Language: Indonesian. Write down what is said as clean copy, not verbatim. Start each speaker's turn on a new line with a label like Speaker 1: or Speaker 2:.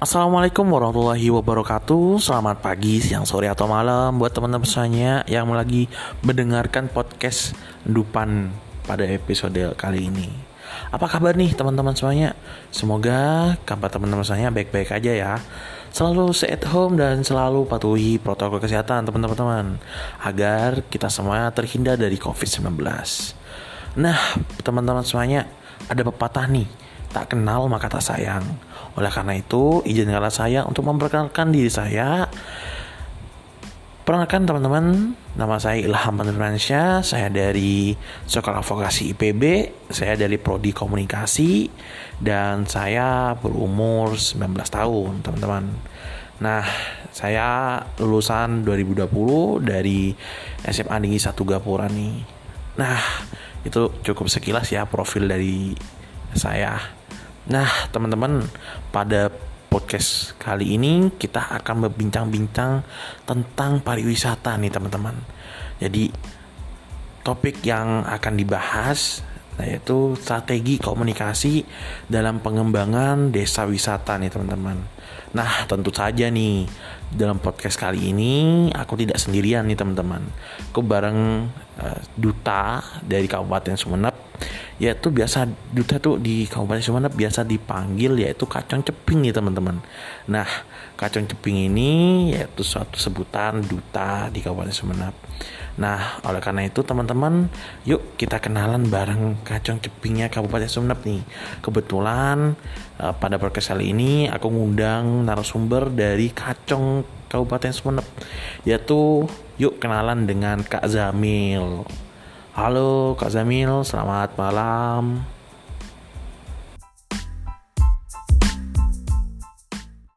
Speaker 1: Assalamualaikum warahmatullahi wabarakatuh. Selamat pagi, siang, sore, atau malam buat teman-teman semuanya yang lagi mendengarkan podcast Dupan pada episode kali ini. Apa kabar nih teman-teman semuanya? Semoga kabar teman-teman semuanya baik-baik aja ya. Selalu stay at home dan selalu patuhi protokol kesehatan teman-teman agar kita semua terhindar dari COVID-19. Nah, teman-teman semuanya, ada pepatah nih, tak kenal maka tak sayang. Oleh karena itu, izinkanlah saya untuk memperkenalkan diri saya. Perkenalkan teman-teman, nama saya Ilham Panurmansyah. Saya dari Sekolah Vokasi IPB. Saya dari Prodi Komunikasi. Dan saya berumur 19 tahun, teman-teman. Nah, saya lulusan 2020 dari SMA Negeri 1 Gapura nih. Nah, itu cukup sekilas ya profil dari saya. Nah, teman-teman, pada podcast kali ini kita akan berbincang-bincang tentang pariwisata nih, teman-teman. Jadi, topik yang akan dibahas yaitu strategi komunikasi dalam pengembangan desa wisata nih, teman-teman. Nah, tentu saja nih, dalam podcast kali ini aku tidak sendirian nih, teman-teman. Aku bareng duta dari Kabupaten Sumeneb, yaitu biasa duta tuh di Kabupaten Sumeneb biasa dipanggil yaitu Kacong Ceping nih, teman-teman. Nah, Kacong Ceping ini yaitu suatu sebutan duta di Kabupaten Sumeneb. Nah, oleh karena itu teman-teman, yuk kita kenalan bareng Kacong Cepingnya Kabupaten Sumeneb nih. Kebetulan pada podcast kali ini aku ngundang narasumber dari Kacong Kabupaten Sumeneb, yaitu yuk kenalan dengan Kak Zamil. Halo Kak Zamil, selamat malam.